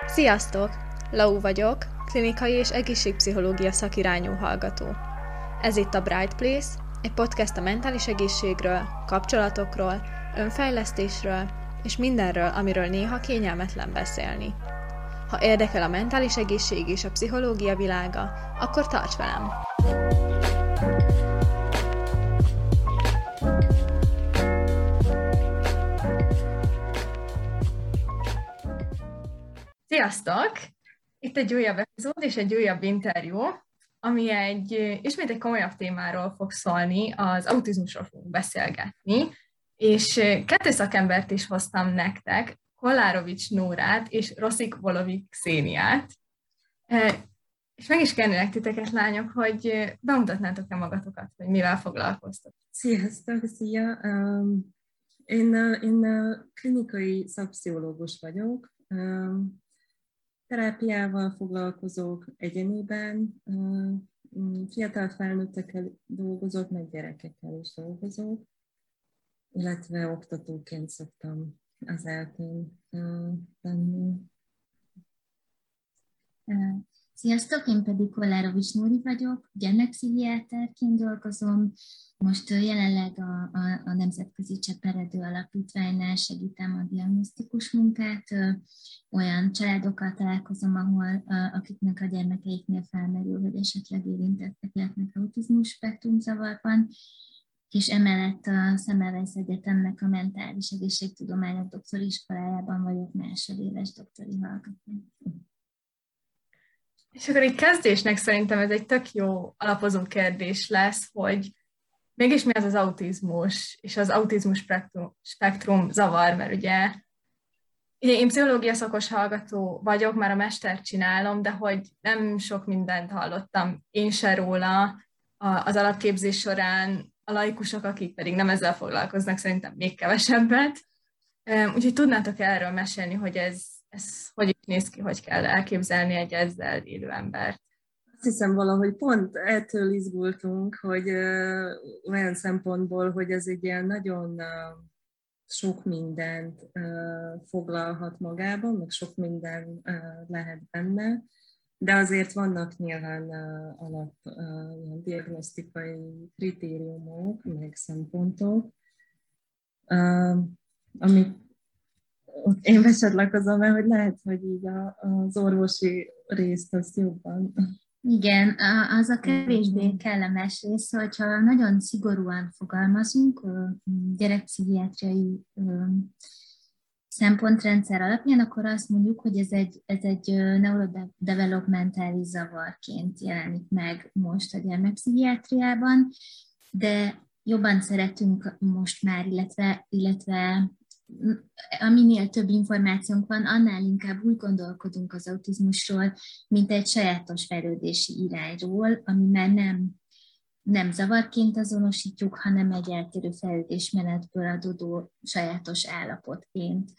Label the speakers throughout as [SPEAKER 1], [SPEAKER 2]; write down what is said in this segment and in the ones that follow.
[SPEAKER 1] Sziasztok! Lau vagyok, klinikai és egészségpszichológia szakirányú hallgató. Ez itt a Bright Place, egy podcast a mentális egészségről, kapcsolatokról, önfejlesztésről és mindenről, amiről néha kényelmetlen beszélni. Ha érdekel a mentális egészség és a pszichológia világa, akkor tarts velem! Sziasztok! Itt egy újabb epizód és egy újabb interjú, ami ismét egy komolyabb témáról fog szólni, az autizmusról fogunk beszélgetni, és kettő szakembert is hoztam nektek, Kolárovics Nórát és Roszik Volovik Xéniát. És meg is kérnélek titeket, lányok, hogy bemutatnátok-e magatokat, hogy mivel foglalkoztok.
[SPEAKER 2] Sziasztok, szia! Én klinikai szakpszichológus vagyok. Terápiával foglalkozok egyéniben, fiatal felnőttekkel dolgozok, meg gyerekekkel is dolgozok, illetve oktatóként szoktam az eltén lenni.
[SPEAKER 3] Sziasztok, én pedig Kolárovics Nóri vagyok, gyermekpszichiáterként dolgozom. Most jelenleg a Nemzetközi Cseperedő Alapítványnál segítem a diagnosztikus munkát. Olyan családokkal találkozom, akiknek a gyermekeiknél felmerül, hogy esetleg érintettek lehetnek autizmus spektrumzavarban, és emellett a Semmelweis Egyetemnek a mentális egészségtudományok doktoriskolájában vagyok másodéves doktori hallgató.
[SPEAKER 1] És akkor így kezdésnek szerintem ez egy tök jó alapozó kérdés lesz, hogy mégis mi az az autizmus, és az autizmus spektrum zavar, mert ugye én pszichológia szakos hallgató vagyok, már a mestert csinálom, de hogy nem sok mindent hallottam én se róla az alapképzés során, a laikusok, akik pedig nem ezzel foglalkoznak, szerintem még kevesebbet. Úgyhogy tudnátok erről mesélni, hogy ez hogy is néz ki, hogy kell elképzelni egy ezzel élő embert?
[SPEAKER 2] Azt hiszem valahogy pont ettől izgultunk, hogy olyan szempontból, hogy ez egy ilyen nagyon sok mindent foglalhat magában, meg sok minden lehet benne, de azért vannak nyilván ilyen diagnosztikai kritériumok, meg szempontok, amik én becsatlakozom, mert hogy lehet, hogy így az orvosi részt az jobban.
[SPEAKER 3] Igen, az a kevésbé kellemes rész, hogyha nagyon szigorúan fogalmazunk gyerekpszichiátriai szempontrendszer alapján, akkor azt mondjuk, hogy ez egy neurodevelopmentális zavarként jelenik meg most a gyermekpszichiátriában, de jobban szeretünk most már, illetve aminél több információnk van, annál inkább úgy gondolkodunk az autizmusról, mint egy sajátos fejlődési irányról, ami már nem zavarként azonosítjuk, hanem egy eltérő fejlődésmenetből adódó sajátos állapotként.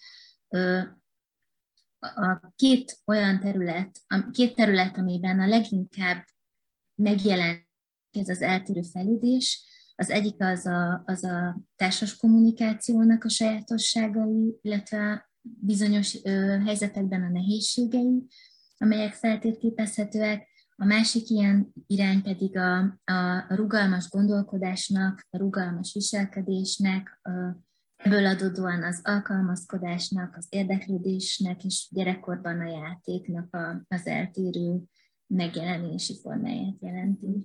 [SPEAKER 3] A két terület, amiben a leginkább megjelenik ez az eltérő fejlődés, az egyik az a társas kommunikációnak a sajátosságai, illetve bizonyos helyzetekben a nehézségei, amelyek feltérképezhetőek. A másik ilyen irány pedig a rugalmas gondolkodásnak, a rugalmas viselkedésnek, ebből adódóan az alkalmazkodásnak, az érdeklődésnek és gyerekkorban a játéknak az eltérő megjelenési formáját jelenti.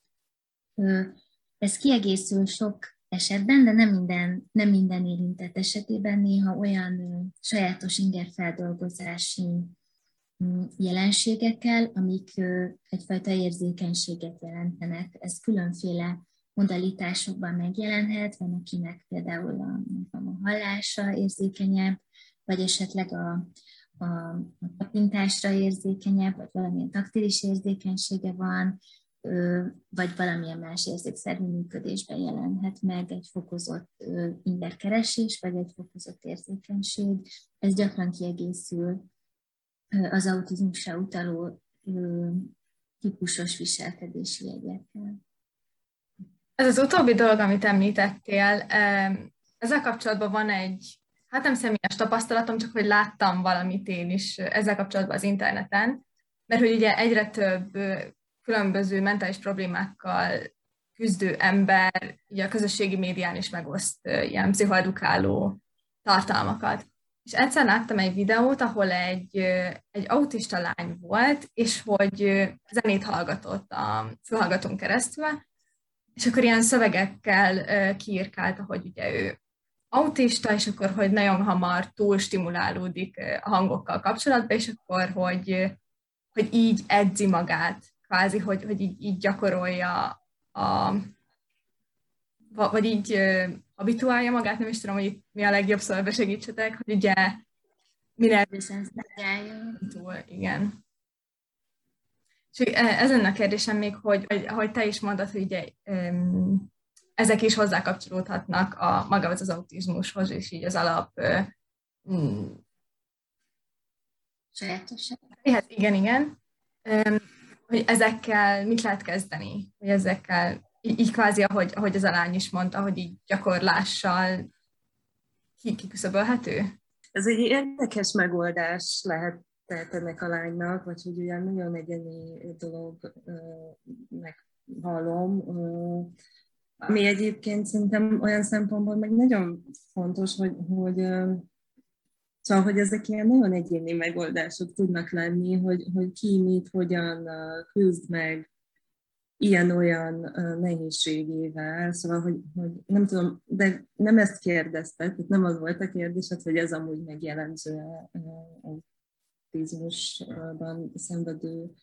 [SPEAKER 3] Ez kiegészül sok esetben, de nem minden érintett esetében néha olyan sajátos ingerfeldolgozási jelenségekkel, amik egyfajta érzékenységet jelentenek. Ez különféle modalitásokban megjelenhet, van akinek például a hallása érzékenyebb, vagy esetleg a tapintásra érzékenyebb, vagy valamilyen taktilis érzékenysége van, vagy valamilyen más érzékszervi működésben jelenhet meg egy fokozott ingerkeresés, vagy egy fokozott érzékenység. Ez gyakran kiegészül az autizmusra utaló típusos viselkedési jegyekkel.
[SPEAKER 1] Ez az utóbbi dolog, amit említettél, ezzel kapcsolatban van egy hát nem személyes tapasztalatom, csak hogy láttam valamit én is ezzel kapcsolatban az interneten, mert hogy ugye egyre több különböző mentális problémákkal küzdő ember ugye a közösségi médián is megoszt ilyen pszichoedukáló tartalmakat. És egyszer láttam egy videót, ahol egy autista lány volt, és hogy zenét hallgatott a fülhallgatón keresztül, és akkor ilyen szövegekkel kiírkálta, hogy ugye ő autista, és akkor, hogy nagyon hamar túl stimulálódik a hangokkal kapcsolatban, és akkor, hogy így edzi magát, kvázi, hogy így gyakorolja vagy így habituálja magát, nem is tudom, hogy itt mi a legjobb szó, ebbe segítsetek, hogy ugye minél túl, igen. És ez lenne a kérdésem még, hogy ahogy te is mondtad, hogy ugye ezek is hozzákapcsolódhatnak magához az autizmushoz, és így az alap
[SPEAKER 3] sajátosság.
[SPEAKER 1] Hát igen. Hogy ezekkel mit lehet kezdeni? Hogy ezekkel, így kvázi, ahogy az a lány is mondta, hogy így gyakorlással kiküszöbölhető?
[SPEAKER 2] Ez egy érdekes megoldás lehet tehát ennek a lánynak, vagy hogy olyan nagyon egyedi dolognak hallom, ami egyébként szerintem olyan szempontból meg nagyon fontos, szóval, hogy ezek ilyen nagyon egyéni megoldások tudnak lenni, hogy ki mit, hogyan küzd meg ilyen-olyan nehézségével, szóval, hogy nem tudom, de nem ezt kérdeztek, nem az volt a kérdés, hogy ez amúgy megjellemző autizmusban szenvedő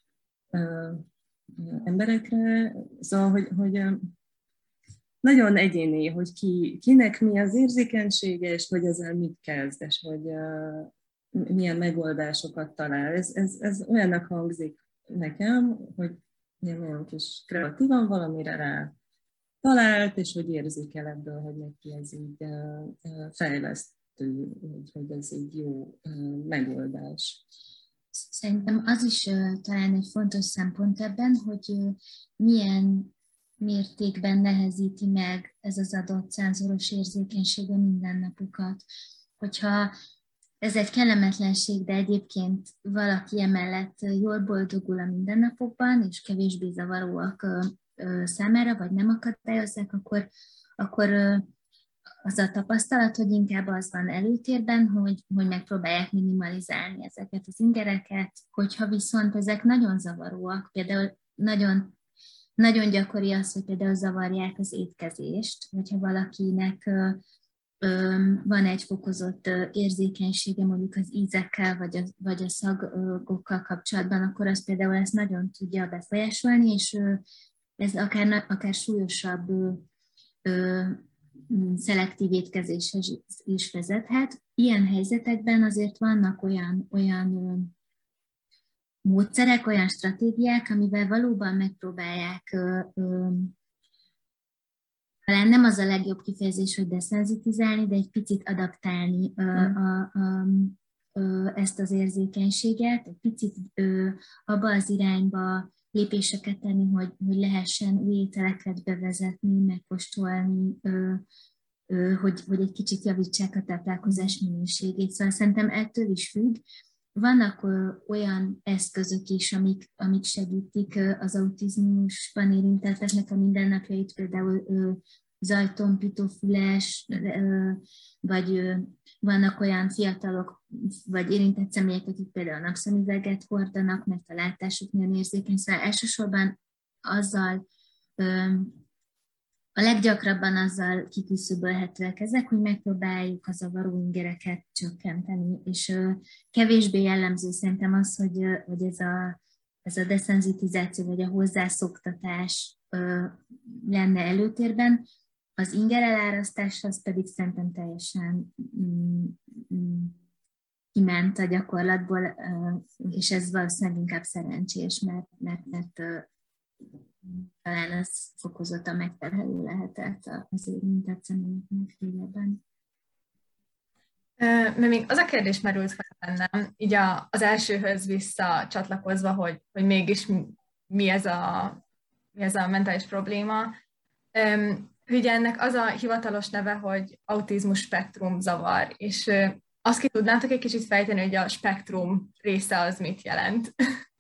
[SPEAKER 2] emberekre, szóval, hogy nagyon egyéni, hogy kinek mi az érzékenysége, és hogy ezzel mit kezd, és hogy milyen megoldásokat talál. Ez olyannak hangzik nekem, hogy ilyen nagyon kis kreatívan valamire rá talált, és hogy érzékel ebből, hogy neki ez így fejlesztő, hogy ez egy jó megoldás.
[SPEAKER 3] Szerintem az is talán egy fontos szempont ebben, hogy milyen mértékben nehezíti meg ez az adott szenzoros érzékenység a mindennapokat. Hogyha ez egy kellemetlenség, de egyébként valaki emellett jól boldogul a mindennapokban, és kevésbé zavaróak számára, vagy nem akadályozzák, akkor az a tapasztalat, hogy inkább az van előtérben, hogy megpróbálják minimalizálni ezeket az ingereket, hogyha viszont ezek nagyon zavaróak, például nagyon gyakori az, hogy például zavarják az étkezést, hogyha valakinek van egy fokozott érzékenysége mondjuk az ízekkel, vagy a szagokkal kapcsolatban, akkor az például ezt nagyon tudja befolyásolni, és ez akár súlyosabb szelektív étkezéshez is vezethet. Ilyen helyzetekben azért vannak olyan módszerek, olyan stratégiák, amivel valóban megpróbálják, talán nem az a legjobb kifejezés, hogy deszenzitizálni, de egy picit adaptálni ezt az érzékenységet, egy picit abba az irányba lépéseket tenni, hogy lehessen új ételeket bevezetni, megkóstolni, hogy egy kicsit javítsák a táplálkozás minőségét. Szóval szerintem ettől is függ. Vannak olyan eszközök is, amik segítik az autizmusban érintetteknek a mindennapjait, például zajtompítófüles, vagy vannak olyan fiatalok, vagy érintett személyek, akik például napszemüveget hordanak, mert a látásuk nagyon érzékeny. Szóval elsősorban azzal, a leggyakrabban azzal kiküszöbölhetőek ezek, hogy megpróbáljuk a zavaró ingereket csökkenteni, és kevésbé jellemző szerintem az, hogy ez a deszenzitizáció, vagy a hozzászoktatás lenne előtérben. Az inger elárasztás az pedig szerintem teljesen kiment a gyakorlatból, és ez valószínűleg inkább szerencsés, mert talán ez fokozottan megterhelő lehetett az érintett személyeknek régebben.
[SPEAKER 1] Mert még az a kérdés merült fel bennem, így az elsőhöz visszacsatlakozva, hogy mégis mi ez a mentális probléma. ugye ennek az a hivatalos neve, hogy autizmus spektrum zavar, és azt ki tudnátok egy kicsit fejteni, hogy a spektrum része az mit jelent?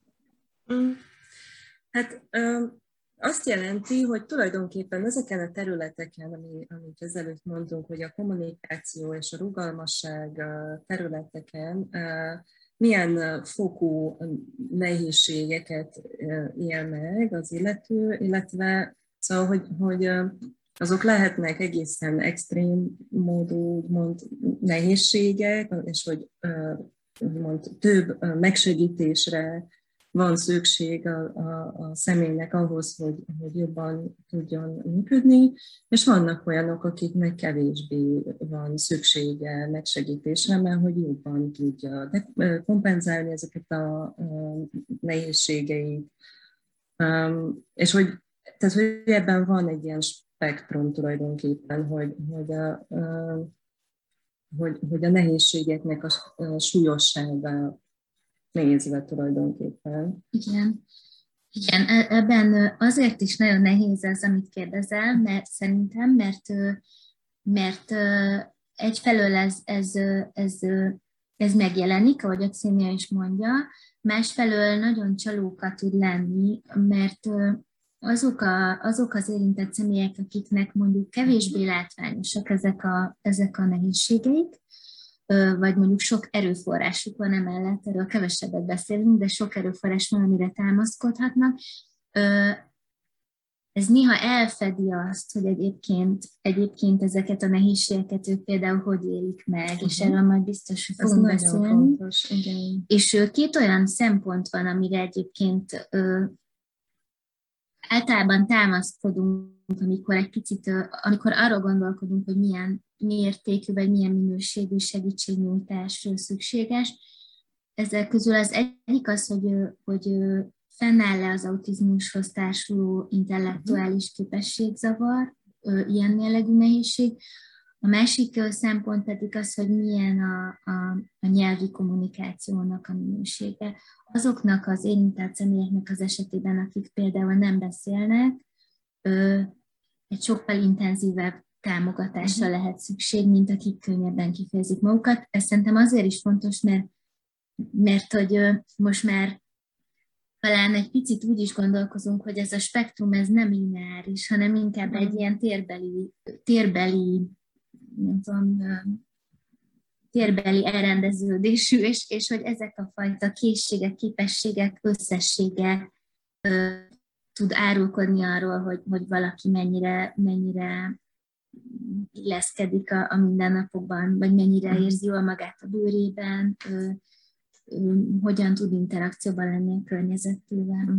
[SPEAKER 2] Hát azt jelenti, hogy tulajdonképpen ezeken a területeken, amit ezelőtt mondtunk, hogy a kommunikáció és a rugalmasság területeken milyen fokú nehézségeket él meg az illető, illetve szóval, hogy azok lehetnek egészen extrém módú nehézségek, és hogy több megsegítésre van szükség a személynek ahhoz, hogy jobban tudjon működni, és vannak olyanok, akiknek kevésbé van szüksége megsegítésre, mert hogy jobban tudja kompenzálni ezeket a nehézségeit. És tehát, hogy ebben van egy ilyen spektrum tulajdonképpen, hogy a nehézségeknek a súlyossága nézve tulajdonképpen.
[SPEAKER 3] Igen. Igen, ebben azért is nagyon nehéz az, amit kérdezel, mert szerintem, mert egyfelől ez megjelenik, ahogy a Xenia is mondja, másfelől nagyon csalóka tud lenni, mert azok az érintett személyek, akiknek mondjuk kevésbé látványosak ezek a nehézségeik, vagy mondjuk sok erőforrásuk van emellett, erről kevesebbet beszélünk, de sok erőforrás van, amire támaszkodhatnak. Ez néha elfedi azt, hogy egyébként ezeket a nehézségeket ők például hogy élik meg, és erről majd biztos, hogy fogunk beszélni.
[SPEAKER 2] Fontos, igen.
[SPEAKER 3] És két olyan szempont van, amire egyébként általában támaszkodunk, amikor arról gondolkodunk, hogy milyen mértékű vagy milyen minőségű segítségnyújtás szükséges. Ezek közül az egyik az, hogy fennáll-e az autizmushoz társuló intellektuális képességzavar, ilyen jellegű nehézség. A másik szempont pedig az, hogy milyen a nyelvi kommunikációnak a minősége. Azoknak az érintett személyeknek az esetében, akik például nem beszélnek, egy sokkal intenzívebb támogatásra lehet szükség, mint akik könnyebben kifejezik magukat. Ez szerintem azért is fontos, mert hogy most már talán egy picit úgy is gondolkozunk, hogy ez a spektrum ez nem lineáris, hanem inkább egy ilyen térbeli elrendeződésű, és hogy ezek a fajta készségek, képességek összessége tud árulkodni arról, hogy valaki mennyire illeszkedik a mindennapokban, vagy mennyire érzi jól magát a bőrében, hogyan tud interakcióban lenni a környezetével.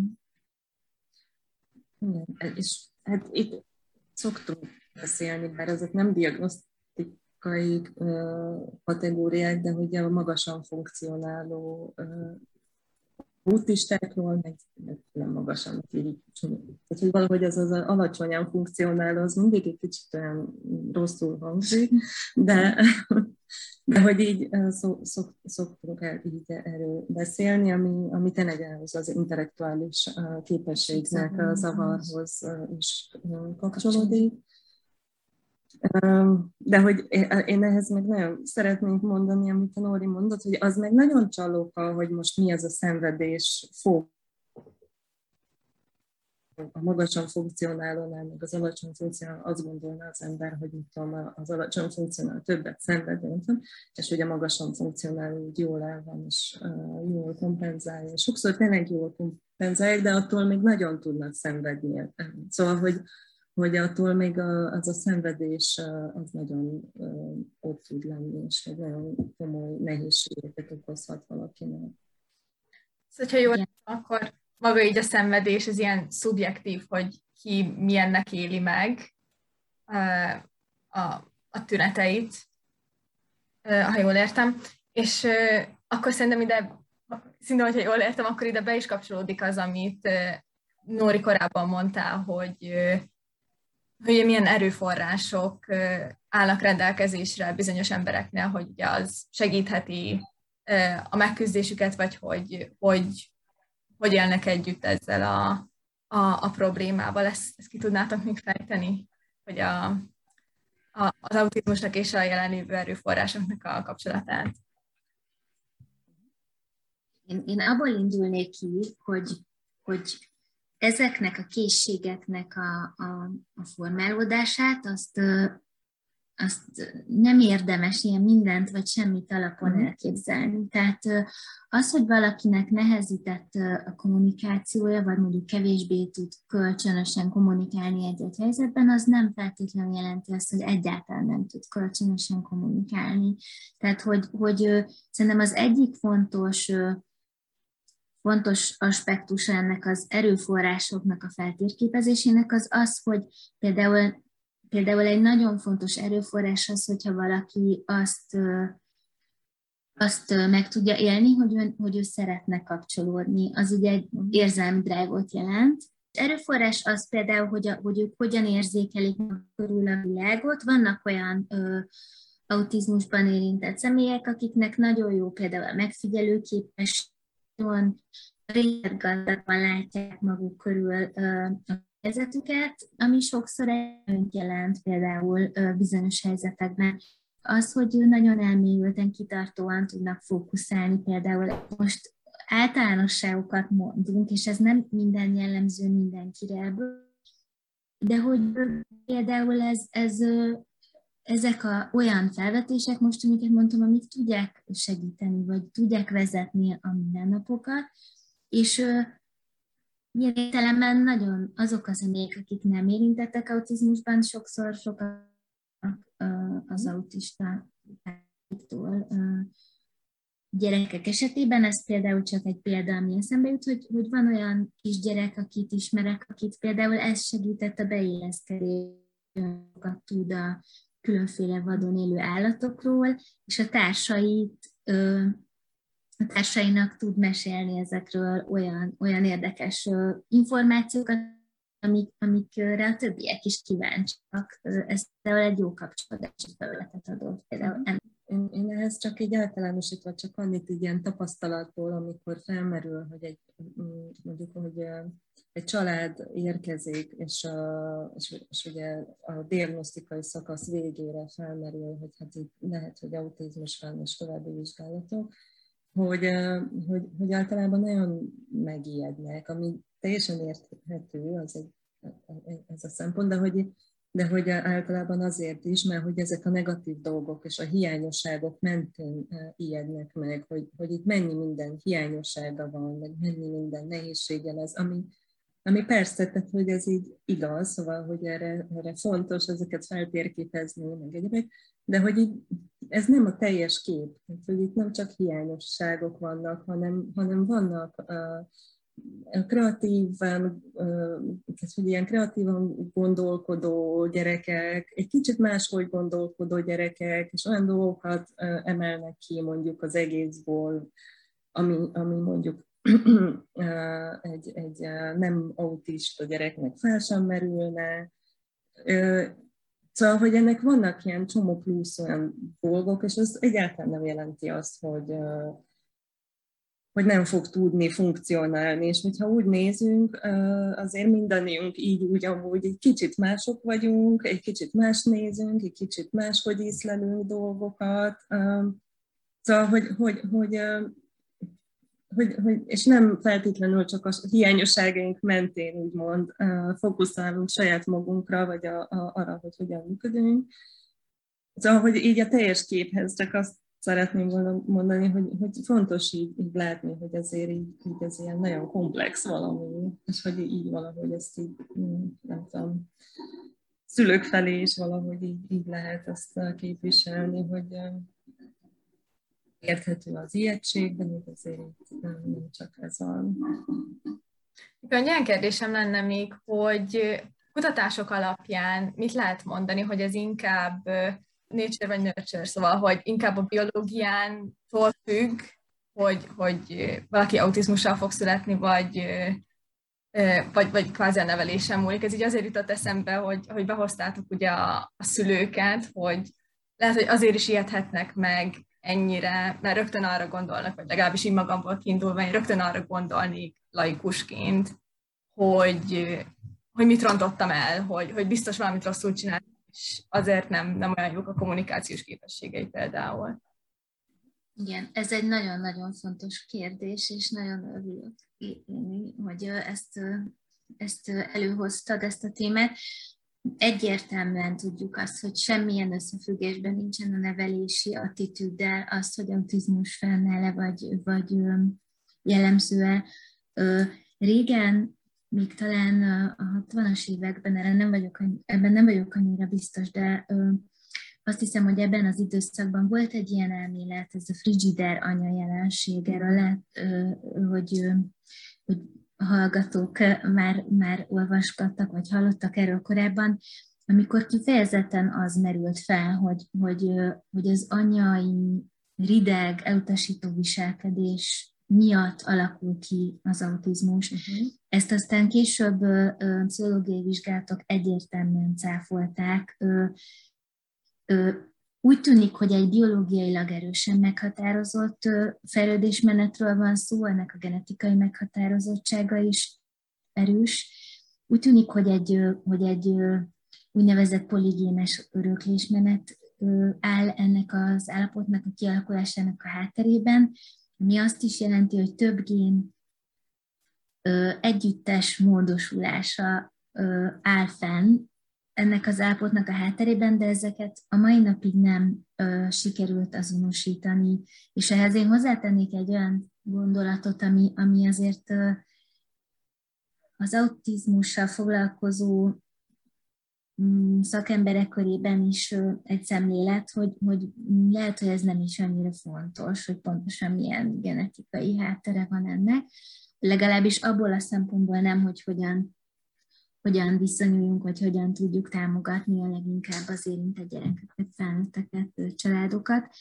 [SPEAKER 2] Igen, és hát itt szoktunk beszélni, bár ezek nem diagnosztikai kategóriák, de hogy a magasan funkcionáló autistákról, meg nem magasan, tehát hogy valahogy az alacsonyan funkcionáló, az mindig egy kicsit olyan rosszul hangzik, de hogy így szoktunk így erről beszélni, ami tényleg ehhez az intellektuális képességnek a zavarhoz is kapcsolódik. De hogy én ehhez meg nagyon szeretnék mondani, amit a Nóri mondott, hogy az meg nagyon csalóka, hogy most mi az a szenvedés fog a magasan funkcionálónál, meg az alacsony funkcionáló, azt gondolná az ember, hogy az alacsony funkcionáló többet szenved, és hogy a magasan funkcionáló úgy jól el van, és jól kompenzálja. Sokszor tényleg jól kompenzálják, de attól még nagyon tudnak szenvedni. Szóval, hogy attól még az a szenvedés az nagyon ott tud lenni, és egy nagyon komoly nehézségeket okozhat valakinek.
[SPEAKER 1] Szóval, ha jól akkor maga így a szenvedés, ez ilyen szubjektív, hogy ki milyennek éli meg a tüneteit, ha jól értem. És akkor szerintem ide, szinte, hogyha jól értem, akkor ide be is kapcsolódik az, amit Nóri korábban mondtál, hogy milyen erőforrások állnak rendelkezésre bizonyos embereknél, hogy ugye az segítheti a megküzdésüket, vagy hogy élnek együtt ezzel a problémával. Ezt ki tudnátok még fejteni? az autizmusnak és a jelenlévő erőforrásoknak a kapcsolatát.
[SPEAKER 3] Én abból indulnék ki, hogy ezeknek a készségeknek a formálódását, azt nem érdemes ilyen mindent vagy semmit alapon elképzelni. Tehát az, hogy valakinek nehezített a kommunikációja, vagy mondjuk kevésbé tud kölcsönösen kommunikálni egy helyzetben, az nem feltétlenül jelenti azt, hogy egyáltalán nem tud kölcsönösen kommunikálni. Tehát, hogy szerintem az egyik fontos aspektusa ennek az erőforrásoknak a feltérképezésének az, hogy például egy nagyon fontos erőforrás az, hogyha valaki azt meg tudja élni, hogy ő szeretne kapcsolódni. Az ugye egy érzelmi drive-ot jelent. Erőforrás az például, hogy ők hogyan érzékelik körül a világot. Vannak olyan autizmusban érintett személyek, akiknek nagyon jó például a megfigyelőképesség, réteggazdagban látják maguk körül a helyzetüket, ami sokszor előnyt jelent például bizonyos helyzetekben. Az, hogy nagyon elmélyülten, kitartóan tudnak fókuszálni, például most általánosságokat mondunk, és ez nem minden jellemző mindenkire, de hogy például ezek olyan felvetések most, amiket mondtam, amik tudják segíteni, vagy tudják vezetni a mindennapokat, és ilyen értelemben nagyon azok az személyek, akik nem érintettek autizmusban, sokszor sokan az autistáktól gyerekek esetében. Ez például csak egy példa, ami eszembe jut, hogy van olyan kisgyerek, akit ismerek, akit például ez segített a beilleszkedést, tud a különféle vadon élő állatokról, és a társainak tud mesélni ezekről olyan érdekes információkat, amikre a többiek is kíváncsiak. Ez például egy jó kapcsolódási felületet adott.
[SPEAKER 2] Én ehhez csak így általánosítva csak annyit így ilyen tapasztalatból, amikor felmerül, hogy mondjuk, hogy egy család érkezik, és ugye a diagnosztikai szakasz végére felmerül, hogy hát itt lehet, hogy autizmus van, és további vizsgálatok, hogy általában nagyon megijednek, ami teljesen érthető, ez a szempont, de hogy általában azért is, mert hogy ezek a negatív dolgok és a hiányosságok mentén ijednek meg, hogy itt mennyi minden hiányossága van, meg mennyi minden nehézsége lesz, ami persze, tehát hogy ez így igaz, szóval, hogy erre fontos ezeket feltérképezni, meg egyébként, de hogy így, ez nem a teljes kép, tehát, hogy itt nem csak hiányosságok vannak, hanem vannak kreatívan gondolkodó gyerekek, egy kicsit máshogy gondolkodó gyerekek, és olyan dolgokat emelnek ki mondjuk az egészból, ami mondjuk egy nem autista gyereknek fel sem merülne. Szóval, hogy ennek vannak ilyen csomó plusz olyan dolgok, és az egyáltalán nem jelenti azt, hogy nem fog tudni funkcionálni, és hogyha úgy nézünk, azért mindannyiunk így úgy amúgy egy kicsit mások vagyunk, egy kicsit más nézünk, egy kicsit máshogy észlelünk dolgokat. Szóval, hogy és nem feltétlenül csak a hiányosságaink mentén úgymond fókuszálunk saját magunkra, vagy arra, hogy hogyan működünk. Szóval, hogy így a teljes képhez csak azt szeretném mondani, hogy fontos így látni, hogy azért így ez ilyen nagyon komplex valami, és hogy így valahogy ezt így, nem tudom, szülők felé is valahogy így lehet ezt képviselni, hogy érthető az ijegység, de még azért nem csak ez van.
[SPEAKER 1] Egy ilyen kérdésem lenne még, hogy kutatások alapján mit lehet mondani, hogy ez inkább nature vagy nurture, szóval, hogy inkább a biológiántól függ, hogy valaki autizmussal fog születni, vagy kvázi a nevelésen múlik. Ez így azért jutott eszembe, hogy behoztátok ugye a szülőket, hogy lehet, hogy azért is ijedhetnek meg ennyire, mert rögtön arra gondolnak, vagy legalábbis így magamból kiindulva, én rögtön arra gondolnék laikusként, hogy mit rontottam el, hogy biztos valamit rosszul csináltam, és azért nem olyan jók a kommunikációs képességei például.
[SPEAKER 3] Igen, ez egy nagyon-nagyon fontos kérdés, és nagyon örülök, hogy ezt előhoztad, ezt a témát. Egyértelműen tudjuk azt, hogy semmilyen összefüggésben nincsen a nevelési attitűddel, az, hogy autizmus fennáll-e, vagy jellemző-e. Régen, még talán a 60-as években, ebben nem vagyok annyira biztos, de azt hiszem, hogy ebben az időszakban volt egy ilyen elmélet, ez a frigider anya jelenség, erről lehet, hogy hallgatók már olvasgattak, vagy hallottak erről korábban, amikor kifejezetten az merült fel, hogy az anyai rideg, elutasító viselkedés miatt alakul ki az autizmus. Ezt aztán később pszichológiai vizsgálatok egyértelműen cáfolták. Úgy tűnik, hogy egy biológiailag erősen meghatározott fejlődésmenetről van szó, ennek a genetikai meghatározottsága is erős. Úgy tűnik, hogy egy úgynevezett poligénes öröklésmenet áll ennek az állapotnak a kialakulásának a hátterében, ami azt is jelenti, hogy több gén együttes módosulása áll fenn ennek az állapotnak a hátterében, de ezeket a mai napig nem sikerült azonosítani. És ehhez én hozzátennék egy olyan gondolatot, ami azért az autizmussal foglalkozó szakemberek körében is egy szemlélet, hogy lehet, hogy ez nem is annyira fontos, hogy pontosan milyen genetikai háttere van ennek. Legalábbis abból a szempontból nem, hogy hogyan viszonyuljunk, vagy hogyan tudjuk támogatni a leginkább az érintett gyerekeket, felnőtteket, családokat.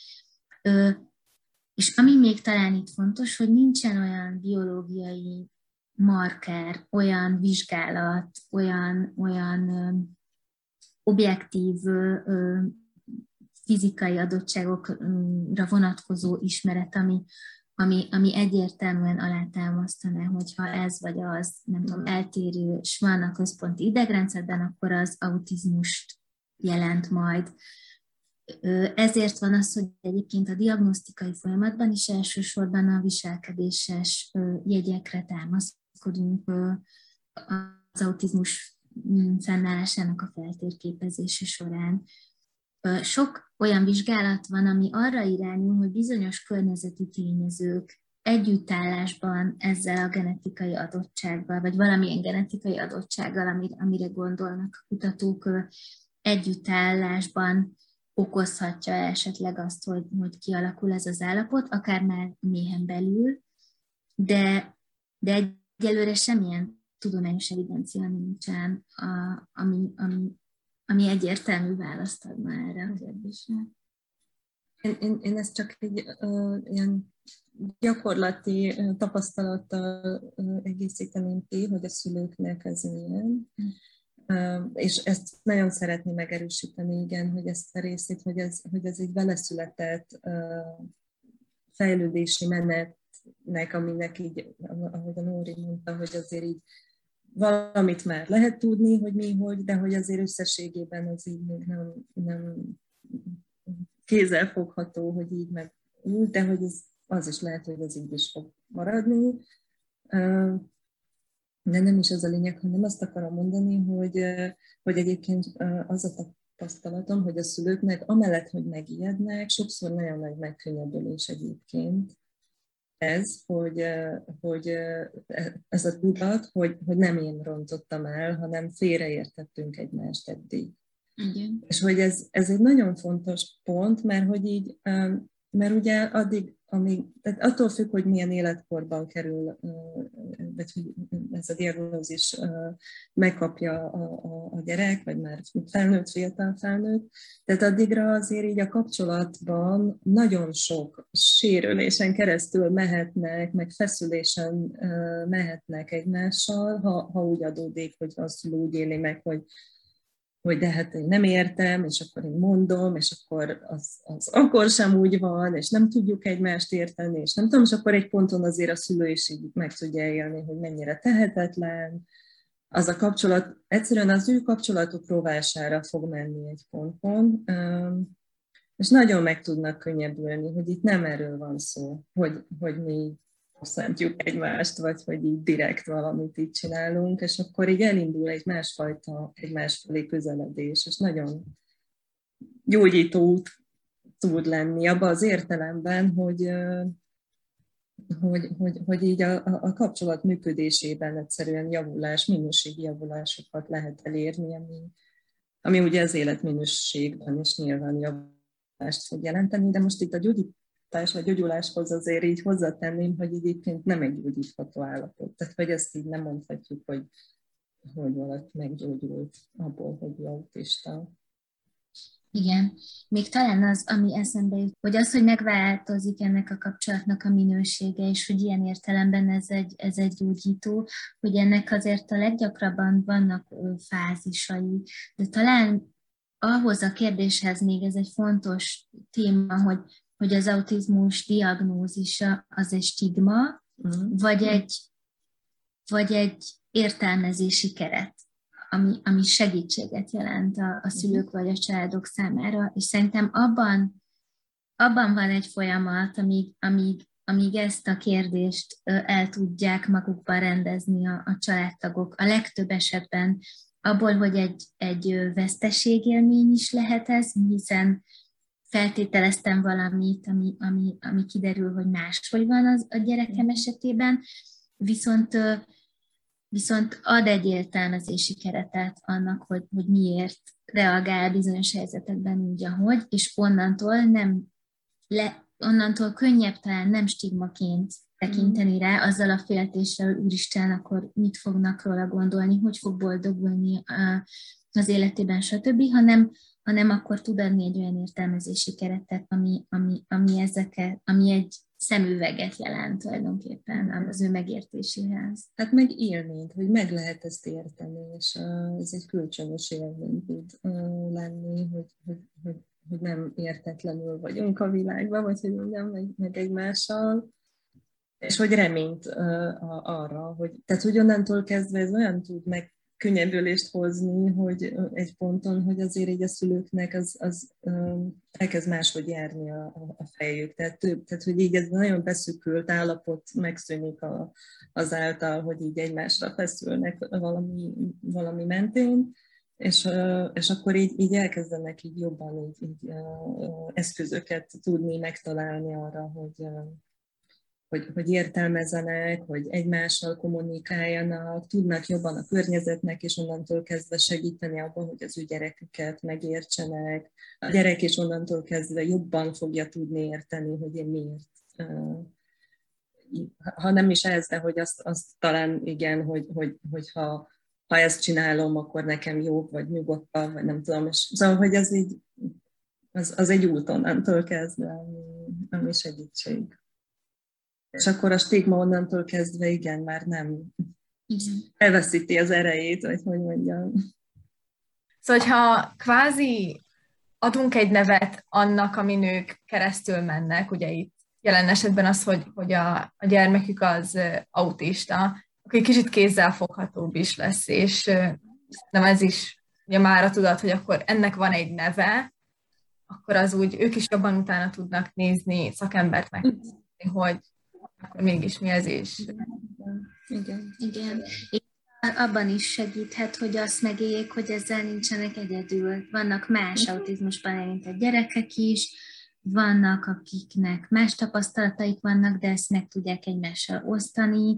[SPEAKER 3] És ami még talán itt fontos, hogy nincsen olyan biológiai marker, olyan vizsgálat, olyan objektív fizikai adottságokra vonatkozó ismeret, ami egyértelműen alátámasztaná, hogyha ez vagy az, nem tudom, eltérő, és van a központi idegrendszerben, akkor az autizmust jelent majd. Ezért van az, hogy egyébként a diagnosztikai folyamatban is elsősorban a viselkedéses jegyekre támaszkodunk az autizmus fennállásának a feltérképezése során. Sok olyan vizsgálat van, ami arra irányul, hogy bizonyos környezeti tényezők együttállásban ezzel a genetikai adottsággal, vagy valamilyen genetikai adottsággal, amire gondolnak a kutatók, együttállásban okozhatja esetleg azt, hogy kialakul ez az állapot, akár már méhen belül, de egyelőre semmilyen tudományos evidencia nincsen, ami egyértelmű választ adna erre a kérdésre.
[SPEAKER 2] Én ezt csak egy ilyen gyakorlati tapasztalattal egészíteném ki, hogy a szülőknek ez milyen. És ezt nagyon szeretném megerősíteni, igen, hogy ezt a részét, hogy ez egy veleszületett fejlődési menetnek, aminek így, ahogy a Nóri mondta, hogy azért így valamit már lehet tudni, hogy mi, hogy, de hogy azért összességében az így még nem kézzelfogható, hogy így meg úgy, de hogy az is lehet, hogy ez így is fog maradni. De nem is ez a lényeg, hanem azt akarom mondani, hogy egyébként az a tapasztalatom, hogy a szülőknek amellett, hogy megijednek, sokszor nagyon nagy megkönnyebbülés egyébként ez, hogy ez a tudat, hogy nem én rontottam el, hanem félreértettünk egymást eddig.
[SPEAKER 3] Igen.
[SPEAKER 2] És hogy ez egy nagyon fontos pont, mert ugye addig, tehát attól függ, hogy milyen életkorban kerül, vagy hogy ez a diagnózis megkapja a gyerek, vagy már felnőtt, fiatal felnőtt, tehát addigra azért így a kapcsolatban nagyon sok sérülésen keresztül mehetnek, meg feszülésen mehetnek egymással, ha úgy adódik, hogy a szülő úgy éli meg, hogy de hát én nem értem, és akkor én mondom, és akkor az akkor sem úgy van, és nem tudjuk egymást érteni, és nem tudom, és akkor egy ponton azért a szülő is így meg tudja élni, hogy mennyire tehetetlen, az a kapcsolat, egyszerűen az ő kapcsolatuk rovására fog menni egy ponton, és nagyon meg tudnak könnyebbülni, hogy itt nem erről van szó, hogy mi bosszantjuk egymást, vagy hogy így direkt valamit így csinálunk, és akkor így elindul egy másfajta, egy másfelé közeledés, és nagyon gyógyító út tud lenni abban az értelemben, hogy így a kapcsolat működésében egyszerűen javulás, minőségi javulásokat lehet elérni, ami ugye az életminőségben is nyilván javulást fog jelenteni, de most itt a gyógyítás vagy gyógyuláshoz azért így hozzátenném, hogy egyébként nem egy gyógyítható állapot. Tehát, hogy ezt így nem mondhatjuk, hogy valaki meggyógyult abból, hogy autista.
[SPEAKER 3] Igen. Még talán az, ami eszembe jut, hogy az, hogy megváltozik ennek a kapcsolatnak a minősége, és hogy ilyen értelemben ez egy gyógyító, hogy ennek azért a leggyakrabban vannak fázisai, de talán ahhoz a kérdéshez még ez egy fontos téma, hogy az autizmus diagnózisa az egy stigma, vagy egy értelmezési keret, ami segítséget jelent a szülők vagy a családok számára, és szerintem abban van egy folyamat, amíg ezt a kérdést el tudják magukban rendezni a családtagok. A legtöbb esetben abból, hogy egy veszteségélmény is lehet ez, hiszen feltételeztem valamit, ami kiderül, hogy máshogy van az a gyerekem esetében, viszont ad egy értelmezési keretet annak, hogy miért reagál bizonyos helyzetekben úgy, ahogy, és onnantól könnyebb talán nem stigmaként tekinteni rá, azzal a féltéssel, hogy úristen, akkor mit fognak róla gondolni, hogy fog boldogulni az életében, stb., hanem akkor tud adni egy olyan értelmezési keretet, ami egy szemüveget jelent tulajdonképpen az ő megértéséhez.
[SPEAKER 2] Hát meg élményt, hogy meg lehet ezt érteni, és ez egy kölcsönös élmény tud lenni, hogy nem értetlenül vagyunk a világban, vagy hogy mondjam, meg egymással, és hogy reményt arra, tehát hogy onnantól kezdve ez olyan tud meg könnyebbülést hozni, hogy egy ponton, hogy azért így a szülőknek az elkezd máshogy járni a fejük. Tehát, hogy így ez nagyon beszűkült állapot megszűnik azáltal, hogy így egymásra feszülnek valami mentén, és akkor így elkezdenek így jobban így eszközöket tudni megtalálni arra, hogy értelmezzenek, hogy egymással kommunikáljanak, tudnak jobban a környezetnek, és onnantól kezdve segíteni abban, hogy az ő gyereküket megértsenek. A gyerek is onnantól kezdve jobban fogja tudni érteni, hogy én miért. Ha nem is ez, de hogy azt talán igen, hogy ha ezt csinálom, akkor nekem jobb, vagy nyugodtabb, vagy nem tudom. És szóval, hogy ez így, az egy út onnantól kezdve, ami segítség. És akkor a stigma onnantól kezdve igen, már nem elveszíti az erejét, vagy hogy mondjam.
[SPEAKER 1] Szóval, ha kvázi adunk egy nevet annak, amin ők keresztül mennek, ugye itt jelen esetben az, hogy a gyermekük az autista, akkor egy kicsit kézzelfoghatóbb is lesz, és nem ez is ugye már a tudat, hogy akkor ennek van egy neve, akkor az úgy, ők is jobban utána tudnak nézni, szakembert megnézni, hogy akkor mégis mi ez is.
[SPEAKER 3] Igen. És abban is segíthet, hogy azt megéljék, hogy ezzel nincsenek egyedül. Vannak más autizmusban érintett gyerekek is, vannak, akiknek más tapasztalataik vannak, de ezt meg tudják egymással osztani.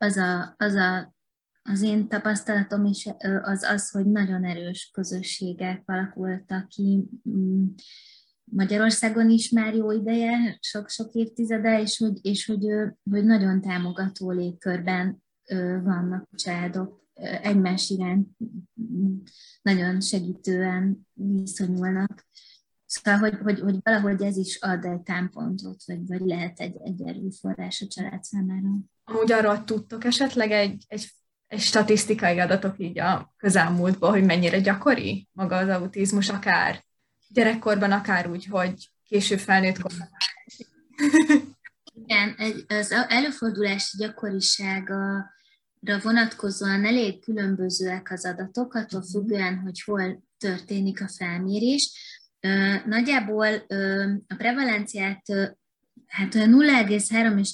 [SPEAKER 3] Az én tapasztalatom is az, hogy nagyon erős közösségek alakultak ki Magyarországon is már jó ideje, sok évtizede, és hogy nagyon támogató légkörben vannak a családok, egymás iránt nagyon segítően viszonyulnak. Szóval, hogy valahogy ez is ad egy támpontot, vagy lehet egy erőforrás a család számára.
[SPEAKER 1] Amúgy arról tudtok esetleg egy statisztikai adatok így a közelmúltban, hogy mennyire gyakori maga az autizmus, akár gyerekkorban, akár úgy, hogy később felnőtt korban.
[SPEAKER 3] Igen, az előfordulási gyakorisága vonatkozóan elég különbözőek az adatok, attól függően, hogy hol történik a felmérés. Nagyjából a prevalenciát hát olyan 0,3 és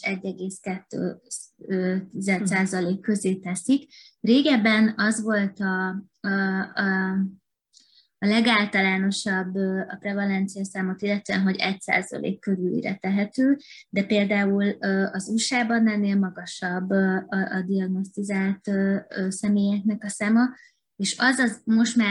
[SPEAKER 3] 1,2% közé teszik. Régebben az volt a legáltalánosabb a prevalencia számot, illetően, hogy 1% körülire tehető, de például az USA-ban ennél magasabb a diagnosztizált személyeknek a száma, és most már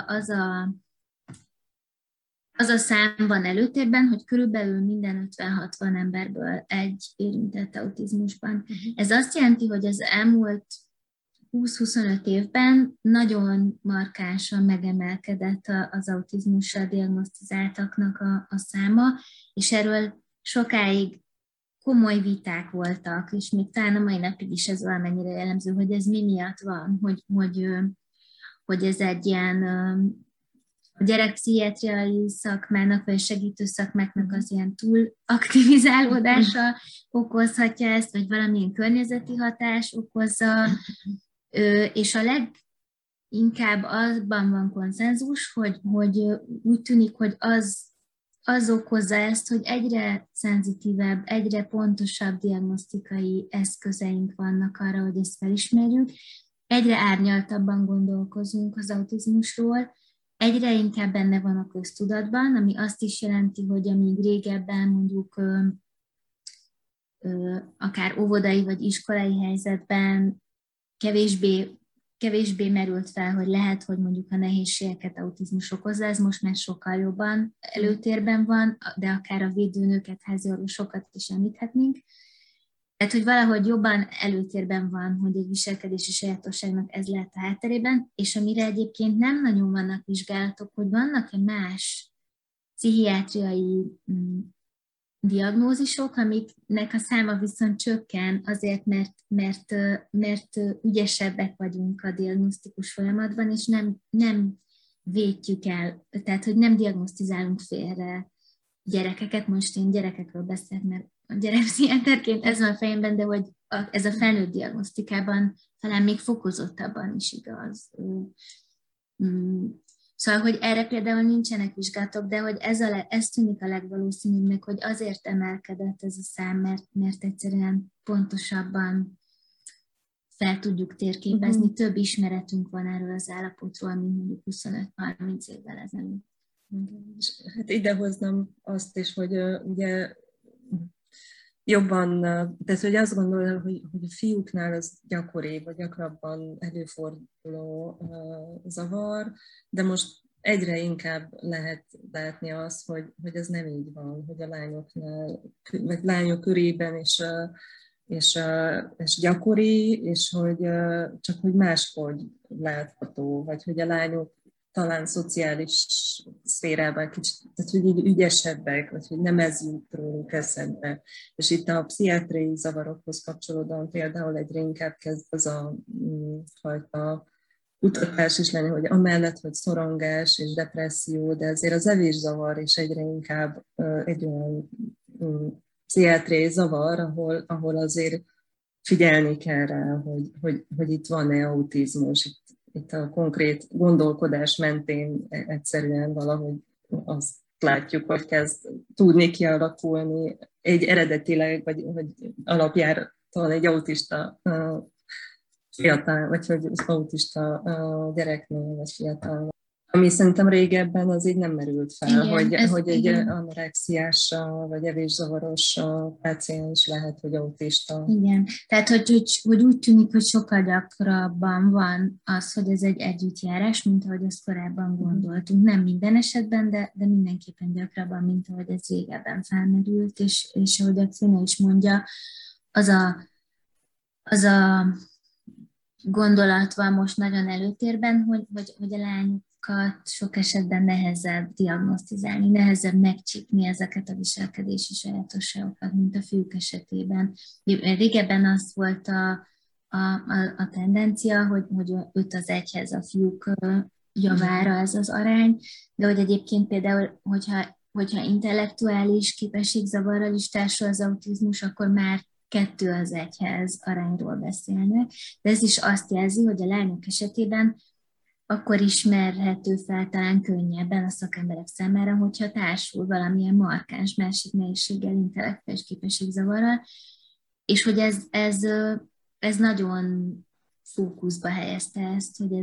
[SPEAKER 3] az a szám van előtérben, hogy körülbelül minden 50-60 emberből egy érintett autizmusban. Ez azt jelenti, hogy az elmúlt 20-25 évben nagyon markánsan megemelkedett az autizmussal diagnosztizáltaknak a száma, és erről sokáig komoly viták voltak, és még talán a mai napig is ez valamennyire jellemző, hogy ez mi miatt van, hogy ez egy ilyen a gyerekpszichiátriai szakmának, vagy segítő szakmáknak az ilyen túl aktivizálódása okozhatja ezt, vagy valamilyen környezeti hatás okozza, és a leginkább azban van konszenzus, hogy úgy tűnik, hogy az okozza ezt, hogy egyre szenzitívebb, egyre pontosabb diagnosztikai eszközeink vannak arra, hogy ezt felismerjük, egyre árnyaltabban gondolkozunk az autizmusról, egyre inkább benne van a köztudatban, ami azt is jelenti, hogy amíg régebben mondjuk akár óvodai vagy iskolai helyzetben kevésbé merült fel, hogy lehet, hogy mondjuk a nehézségeket autizmus okozza, ez most már sokkal jobban előtérben van, de akár a védőnőket, háziorvosokat is említhetnénk. Tehát, hogy valahogy jobban előtérben van, hogy egy viselkedési sajátosságnak ez lehet a hátterében, és amire egyébként nem nagyon vannak vizsgálatok, hogy vannak-e más pszichiátriai diagnózisok, amiknek a száma viszont csökken azért, mert ügyesebbek vagyunk a diagnosztikus folyamatban, és nem vétjük el, tehát hogy nem diagnosztizálunk félre gyerekeket, most én gyerekekről beszélek, mert a gyerekpszichiáterként ez van a fejemben, de hogy ez a felnőtt diagnosztikában talán még fokozottabban is igaz. Szóval, hogy erre például nincsenek vizsgálatok, de hogy ez tűnik a legvalószínűbbnek, hogy azért emelkedett ez a szám, mert egyszerűen pontosabban fel tudjuk térképezni, több ismeretünk van erről az állapotról, mint mondjuk 25-30 évvel ezelőtt.
[SPEAKER 2] Hát idehoznám azt is, hogy ugye jobban, tehát hogy azt gondolom, hogy a fiúknál az gyakoribb, vagy gyakrabban előforduló zavar, de most egyre inkább lehet látni azt, hogy ez nem így van, hogy a lányoknál, vagy lányok körében és gyakori, és hogy csak hogy máshogy látható, vagy hogy a lányok talán szociális szférában kicsit, tehát hogy így ügyesebbek, vagy hogy nem ez jut róluk eszembe. És itt a pszichiátriai zavarokhoz kapcsolódóan például egyre inkább kezd az a fajta kutatás is lenni, hogy amellett, hogy szorongás és depresszió, de azért az evészavar is egyre inkább egy olyan pszichiátriai zavar, ahol azért figyelni kell rá, hogy itt van-e autizmus, itt a konkrét gondolkodás mentén egyszerűen valahogy azt látjuk, hogy kezd tudni kialakulni egy eredetileg, vagy alapjára talán egy autista fiatal, vagy hogy az autista gyereknél, vagy fiatal. Ami szerintem régebben az így nem merült fel, igen, hogy egy anorexiás vagy evészavaros páciens lehet, hogy autista.
[SPEAKER 3] Igen, tehát hogy úgy tűnik, hogy sokkal gyakrabban van az, hogy ez egy együttjárás, mint ahogy azt korábban gondoltunk. Nem minden esetben, de mindenképpen gyakrabban, mint ahogy ez régebben felmerült, és ahogy a Cina is mondja, az a gondolat van most nagyon előtérben, hogy a lányokat sok esetben nehezebb diagnosztizálni, nehezebb megcsípni ezeket a viselkedési sajátosságokat, mint a fiúk esetében. Régebben az volt a tendencia, hogy 5-1-hez a fiúk javára ez az arány, de hogy egyébként például, hogyha intellektuális képességzavarral is társul az autizmus, akkor már 2:1 arányról beszélnek, de ez is azt jelzi, hogy a lányok esetében akkor ismerhető fel talán könnyebben a szakemberek számára, hogyha társul valamilyen markáns másik nehézséggel, intellektuális képességzavarral, és hogy ez nagyon fókuszba helyezte ezt, hogy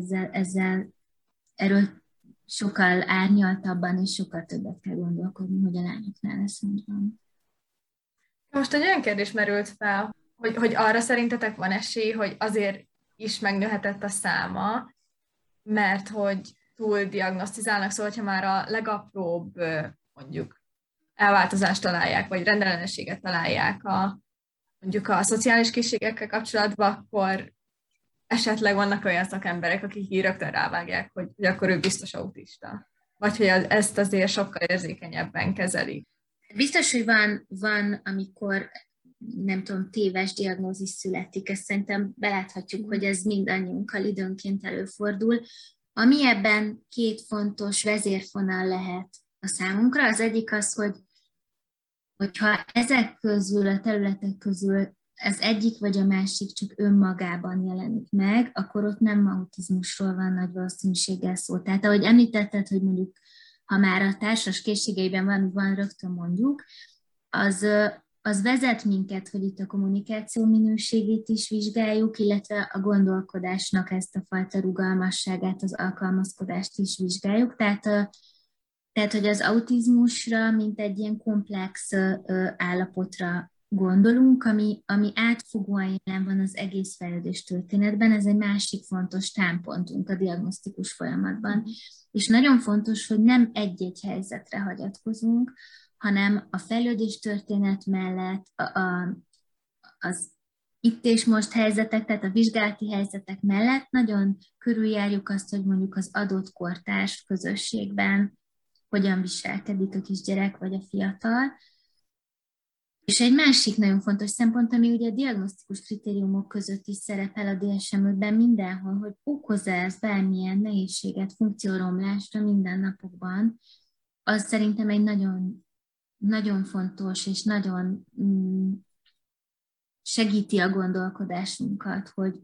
[SPEAKER 3] erről sokkal árnyaltabban és sokkal többet kell gondolkodni, hogy a lányoknál lesz így van.
[SPEAKER 1] Most egy olyan kérdés merült fel, hogy arra szerintetek van esély, hogy azért is megnőhetett a száma, mert hogy túl diagnosztizálnak, szóval, hogyha már a legapróbb mondjuk elváltozást találják, vagy rendellenességet találják mondjuk a szociális készségekkel kapcsolatban, akkor esetleg vannak olyan szakemberek, akik így rögtön rávágják, hogy akkor ő biztos autista. Vagy hogy ezt azért sokkal érzékenyebben kezelik.
[SPEAKER 3] Biztos, hogy van, amikor nem tudom, téves diagnózis születik, ezt szerintem beláthatjuk, hogy ez mindannyiunkkal időnként előfordul. Ami ebben két fontos vezérfonal lehet a számunkra, az egyik az, hogyha ezek közül, a területek közül ez egyik vagy a másik csak önmagában jelenik meg, akkor ott nem autizmusról van nagy valószínűséggel szó. Tehát ahogy említetted, hogy mondjuk, ha már a társas készségeiben van rögtön mondjuk, az vezet minket, hogy itt a kommunikáció minőségét is vizsgáljuk, illetve a gondolkodásnak ezt a fajta rugalmasságát, az alkalmazkodást is vizsgáljuk. Tehát, hogy az autizmusra, mint egy ilyen komplex állapotra gondolunk, ami átfogóan jelen van az egész fejlődés történetben, ez egy másik fontos támpontunk a diagnosztikus folyamatban. És nagyon fontos, hogy nem egy-egy helyzetre hagyatkozunk, hanem a fejlődés történet mellett az itt és most helyzetek, tehát a vizsgálati helyzetek mellett nagyon körüljárjuk azt, hogy mondjuk az adott kortárs közösségben hogyan viselkedik a kisgyerek vagy a fiatal. És egy másik nagyon fontos szempont, ami ugye a diagnosztikus kritériumok között is szerepel a DSM-5-ben mindenhol, hogy okoz-e ez bármilyen nehézséget, funkcióromlást a mindennapokban, az szerintem egy nagyon, nagyon fontos és nagyon segíti a gondolkodásunkat, hogy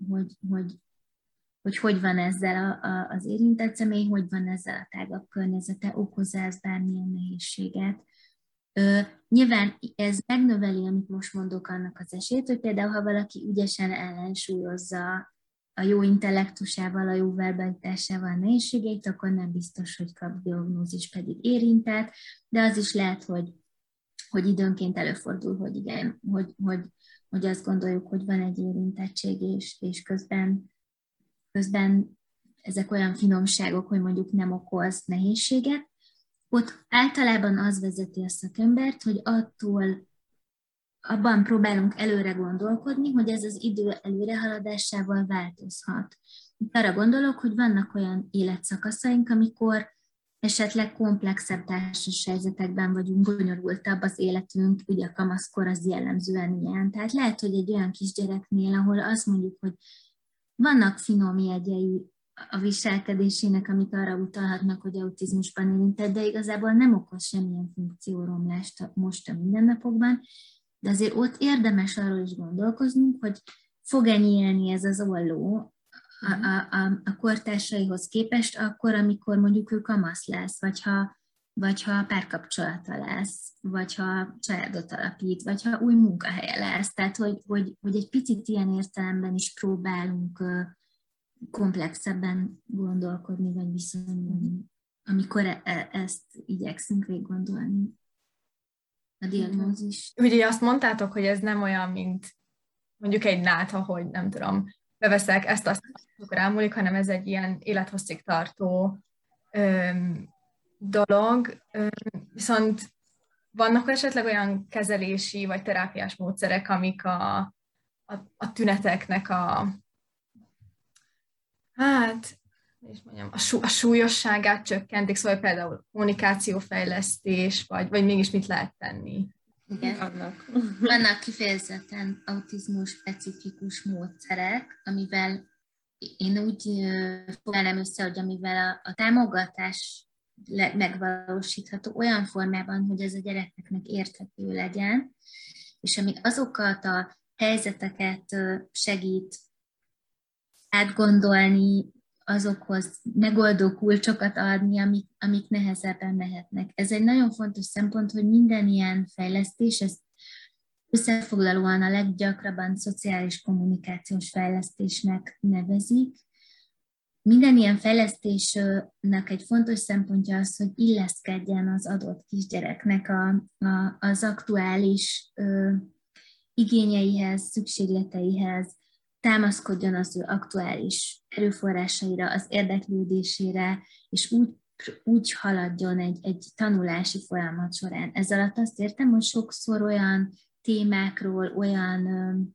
[SPEAKER 3] van ezzel az érintett személy, hogy van ezzel a tágabb környezete, okoz ez bármilyen nehézséget. Nyilván ez megnöveli, amit most mondok, annak az esélyt, hogy például, ha valaki ügyesen ellensúlyozza a jó intellektusával, a jó verbalitásával nehézségeit, akkor nem biztos, hogy kap diagnózis, pedig érintett, de az is lehet, hogy időnként előfordul, hogy igen, hogy azt gondoljuk, hogy van egy érintettség, és közben ezek olyan finomságok, hogy mondjuk nem okoz nehézséget. Ott általában az vezeti a szakembert, hogy abban próbálunk előre gondolkodni, hogy ez az idő előrehaladásával változhat. Itt arra gondolok, hogy vannak olyan életszakaszaink, amikor esetleg komplexebb társas helyzetekben vagyunk, bonyolultabb az életünk, ugye a kamaszkor az jellemzően ilyen. Tehát lehet, hogy egy olyan kisgyereknél, ahol azt mondjuk, hogy vannak finom jegyei a viselkedésének, amik arra utalhatnak, hogy autizmusban érintett, de igazából nem okoz semmilyen funkcióromlást most a mindennapokban, de azért ott érdemes arról is gondolkoznunk, hogy fog-e nyílni ez az olló a kortársaihoz képest akkor, amikor mondjuk ő kamasz lesz, vagy ha párkapcsolata lesz, vagy ha családot alapít, vagy ha új munkahelye lesz. Tehát, hogy egy picit ilyen értelemben is próbálunk komplexebben gondolkodni, vagy viszonyulni, amikor ezt igyekszünk végiggondolni. A diagnózis.
[SPEAKER 1] Ugye azt mondtátok, hogy ez nem olyan, mint mondjuk egy nátha, hogy nem tudom, beveszek ezt-azt, akkor elmúlik, hanem ez egy ilyen élethosszig tartó dolog. Viszont vannak esetleg olyan kezelési vagy terápiás módszerek, amik a tüneteknek a súlyosságát csökkentik, szóval például kommunikációfejlesztés, vagy mégis mit lehet tenni?
[SPEAKER 3] Igen. Vannak kifejezetten autizmus-specifikus módszerek, amivel én úgy foglalom össze, hogy amivel a támogatás megvalósítható olyan formában, hogy ez a gyerekeknek érthető legyen, és ami azokat a helyzeteket segít átgondolni, azokhoz megoldó kulcsokat adni, amik nehezebben mehetnek. Ez egy nagyon fontos szempont, hogy minden ilyen fejlesztés, ez összefoglalóan a leggyakrabban szociális kommunikációs fejlesztésnek nevezik. Minden ilyen fejlesztésnek egy fontos szempontja az, hogy illeszkedjen az adott kisgyereknek az aktuális igényeihez, szükségleteihez, támaszkodjon az ő aktuális erőforrásaira, az érdeklődésére, és úgy haladjon egy tanulási folyamat során. Ez alatt azt értem, hogy sokszor olyan témákról, olyan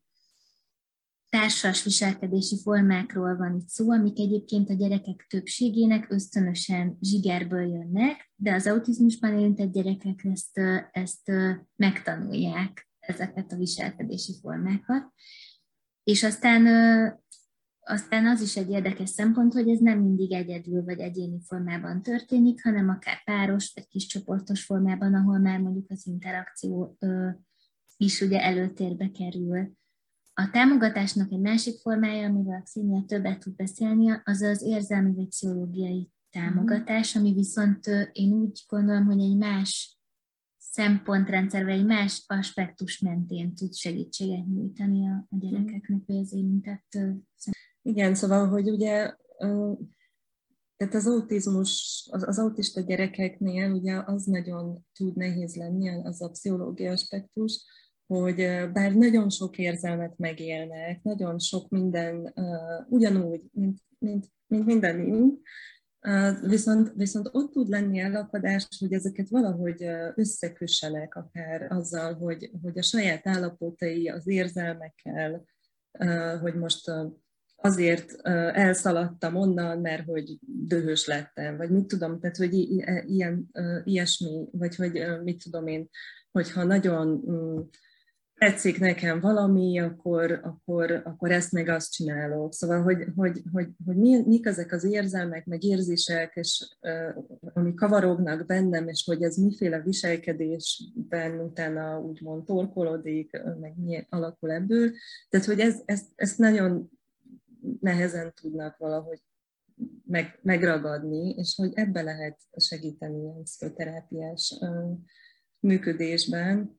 [SPEAKER 3] társas viselkedési formákról van itt szó, amik egyébként a gyerekek többségének ösztönösen zsigerből jönnek, de az autizmusban érintett gyerekek ezt megtanulják, ezeket a viselkedési formákat. És aztán az is egy érdekes szempont, hogy ez nem mindig egyedül vagy egyéni formában történik, hanem akár páros vagy kiscsoportos formában, ahol már mondjuk az interakció is ugye előtérbe kerül. A támogatásnak egy másik formája, amivel Xenia többet tud beszélni, az az érzelmi vagy pszichológiai támogatás, ami viszont én úgy gondolom, hogy egy más szempontrendszer, vagy egy más aspektus mentén tud segítséget nyújtani a gyerekeknek, vagy az érintett.
[SPEAKER 2] Igen, szóval, hogy ugye tehát az autizmus, az autista gyerekeknél ugye az nagyon tud nehéz lenni, az a pszichológiai aspektus, hogy bár nagyon sok érzelmet megélnek, nagyon sok minden ugyanúgy, mint mindenünk, viszont ott tud lenni elakadás, hogy ezeket valahogy összekössenek akár azzal, hogy a saját állapotai az érzelmekkel, hogy most azért elszaladtam onnan, mert hogy dühös lettem, vagy mit tudom, tehát hogy ilyesmi, vagy hogy mit tudom én, hogyha nagyon tetszik nekem valami, akkor ezt meg azt csinálok. Szóval, hogy mik ezek az érzelmek, meg érzések, és amik kavarognak bennem, és hogy ez miféle viselkedésben utána úgymond torkolódik, meg mi alakul ebből. Tehát, hogy ezt nagyon nehezen tudnak valahogy megragadni, és hogy ebbe lehet segíteni ilyen pszichoterápiás működésben,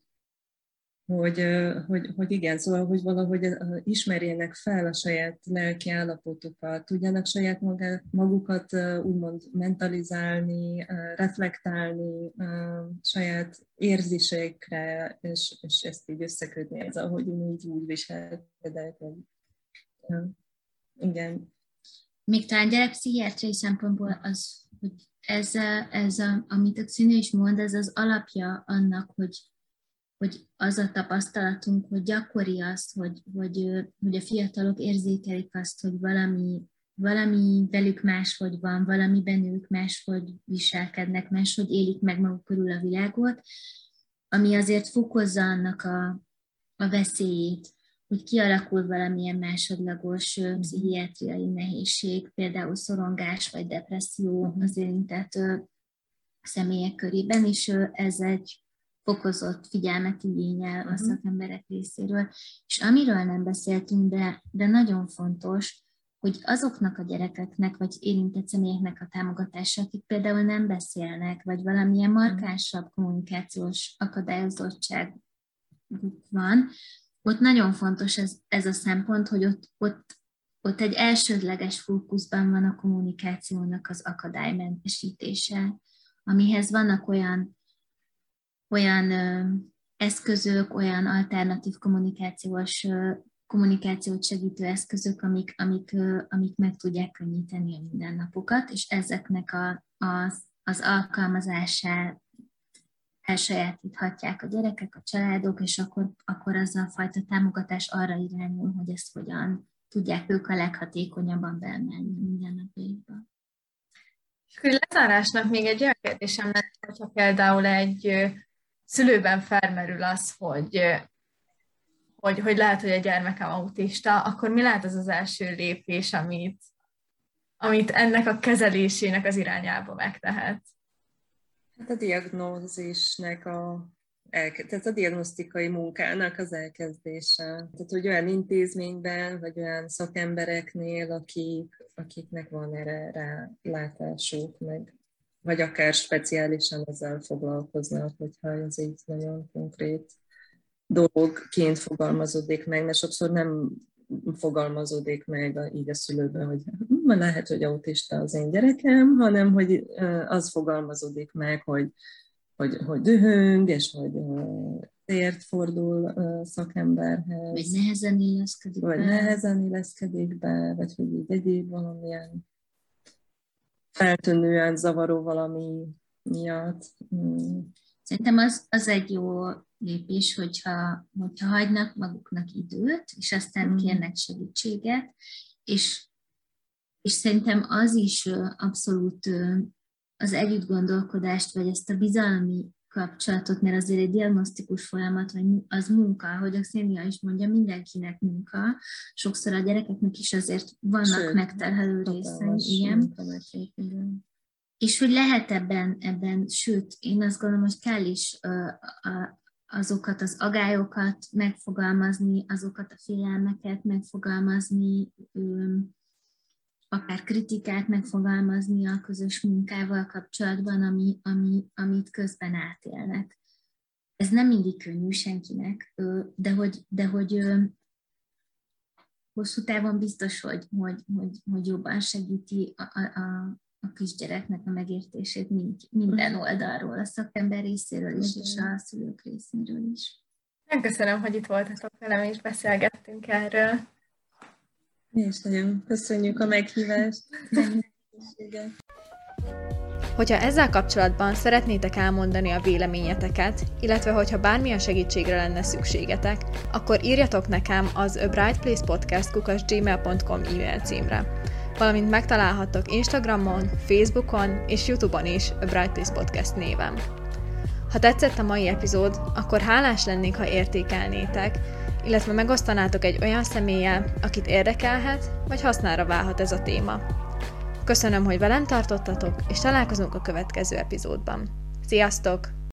[SPEAKER 2] hogy igen, szóval, hogy valahogy ismerjenek fel a saját lelki állapotukat, tudjanak saját magukat úgymond mentalizálni, reflektálni saját érzéseikre, és ezt így összekötni ezzel, hogy így úgy viselkedek. Igen.
[SPEAKER 3] Még talán gyerekpszichiátriai szempontból az, hogy amit a Xenia is mond, ez az alapja annak, hogy az a tapasztalatunk, hogy gyakori az, hogy a fiatalok érzékelik azt, hogy valami velük máshogy van, valamiben ők máshogy viselkednek, máshogy élik meg maguk körül a világot, ami azért fokozza annak a veszélyét, hogy kialakul valamilyen másodlagos pszichiátriai nehézség, például szorongás vagy depresszió az érintett személyek körében, és ez egy fokozott figyelmet igényel a szakemberek részéről. És amiről nem beszéltünk, de nagyon fontos, hogy azoknak a gyerekeknek, vagy érintett személyeknek a támogatása, akik például nem beszélnek, vagy valamilyen markánsabb kommunikációs akadályozottság van, ott nagyon fontos ez a szempont, hogy ott egy elsődleges fókuszban van a kommunikációnak az akadálymentesítése, amihez vannak olyan eszközök, olyan alternatív kommunikációt segítő eszközök, amik meg tudják könnyíteni a mindennapokat, és ezeknek az alkalmazását elsajátíthatják a gyerekek, a családok, és akkor az a fajta támogatás arra irányul, hogy ezt hogyan tudják ők a leghatékonyabban beemelni mindennapjaikba.
[SPEAKER 1] És akkor lezárásnak még egy olyan kérdésem lenne, hogyha például egy szülőben felmerül az, hogy lehet, hogy a gyermekem autista, akkor mi lehet az első lépés, amit ennek a kezelésének az irányába megtehet?
[SPEAKER 2] Hát a diagnózisnek tehát a diagnosztikai munkának az elkezdése. Tehát, hogy olyan intézményben, vagy olyan szakembereknél, akiknek van erre rálátásuk, vagy akár speciálisan ezzel foglalkoznak, hogyha ez így nagyon konkrét dologként fogalmazódik meg, mert sokszor nem fogalmazódik meg így a szülőben, hogy lehet, hogy autista az én gyerekem, hanem hogy az fogalmazódik meg, hogy dühöng, és hogy tért fordul szakemberhez.
[SPEAKER 3] Vagy nehezen illeszkedik be, vagy hogy így egyéb valamilyen feltűnően zavaró valami miatt. Szerintem az egy jó lépés, hogyha hagynak maguknak időt, és aztán kérnek segítséget, és szerintem az is abszolút az együttgondolkodást, vagy ezt a bizalmi kapcsolatot, mert azért egy diagnosztikus folyamat, vagy az munka, ahogy a Xenia is mondja, mindenkinek munka, sokszor a gyerekeknek is azért vannak megterhelő részei, igen. És hogy lehet ebben, sőt, én azt gondolom, hogy kell is azokat az agályokat megfogalmazni, azokat a félelmeket megfogalmazni, akár kritikát megfogalmazni a közös munkával kapcsolatban, amit közben átélnek. Ez nem mindig könnyű senkinek, de hogy hosszú távon biztos, hogy jobban segíti a kisgyereknek a megértését minden oldalról, a szakember részéről is, és a szülők részéről is.
[SPEAKER 1] Köszönöm, hogy itt voltatok velem, és beszélgettünk erről.
[SPEAKER 2] Mi is nagyon köszönjük a meghívást.
[SPEAKER 4] Hogyha ezzel kapcsolatban szeretnétek elmondani a véleményeteket, illetve hogyha bármilyen segítségre lenne szükségetek, akkor írjatok nekem az abrightplacepodcast@gmail.com e-mail címre, valamint megtalálhattok Instagramon, Facebookon és YouTube-on is a Bright Place Podcast néven. Ha tetszett a mai epizód, akkor hálás lennék, ha értékelnétek, illetve megosztanátok egy olyan személlyel, akit érdekelhet, vagy hasznára válhat ez a téma. Köszönöm, hogy velem tartottatok, és találkozunk a következő epizódban. Sziasztok!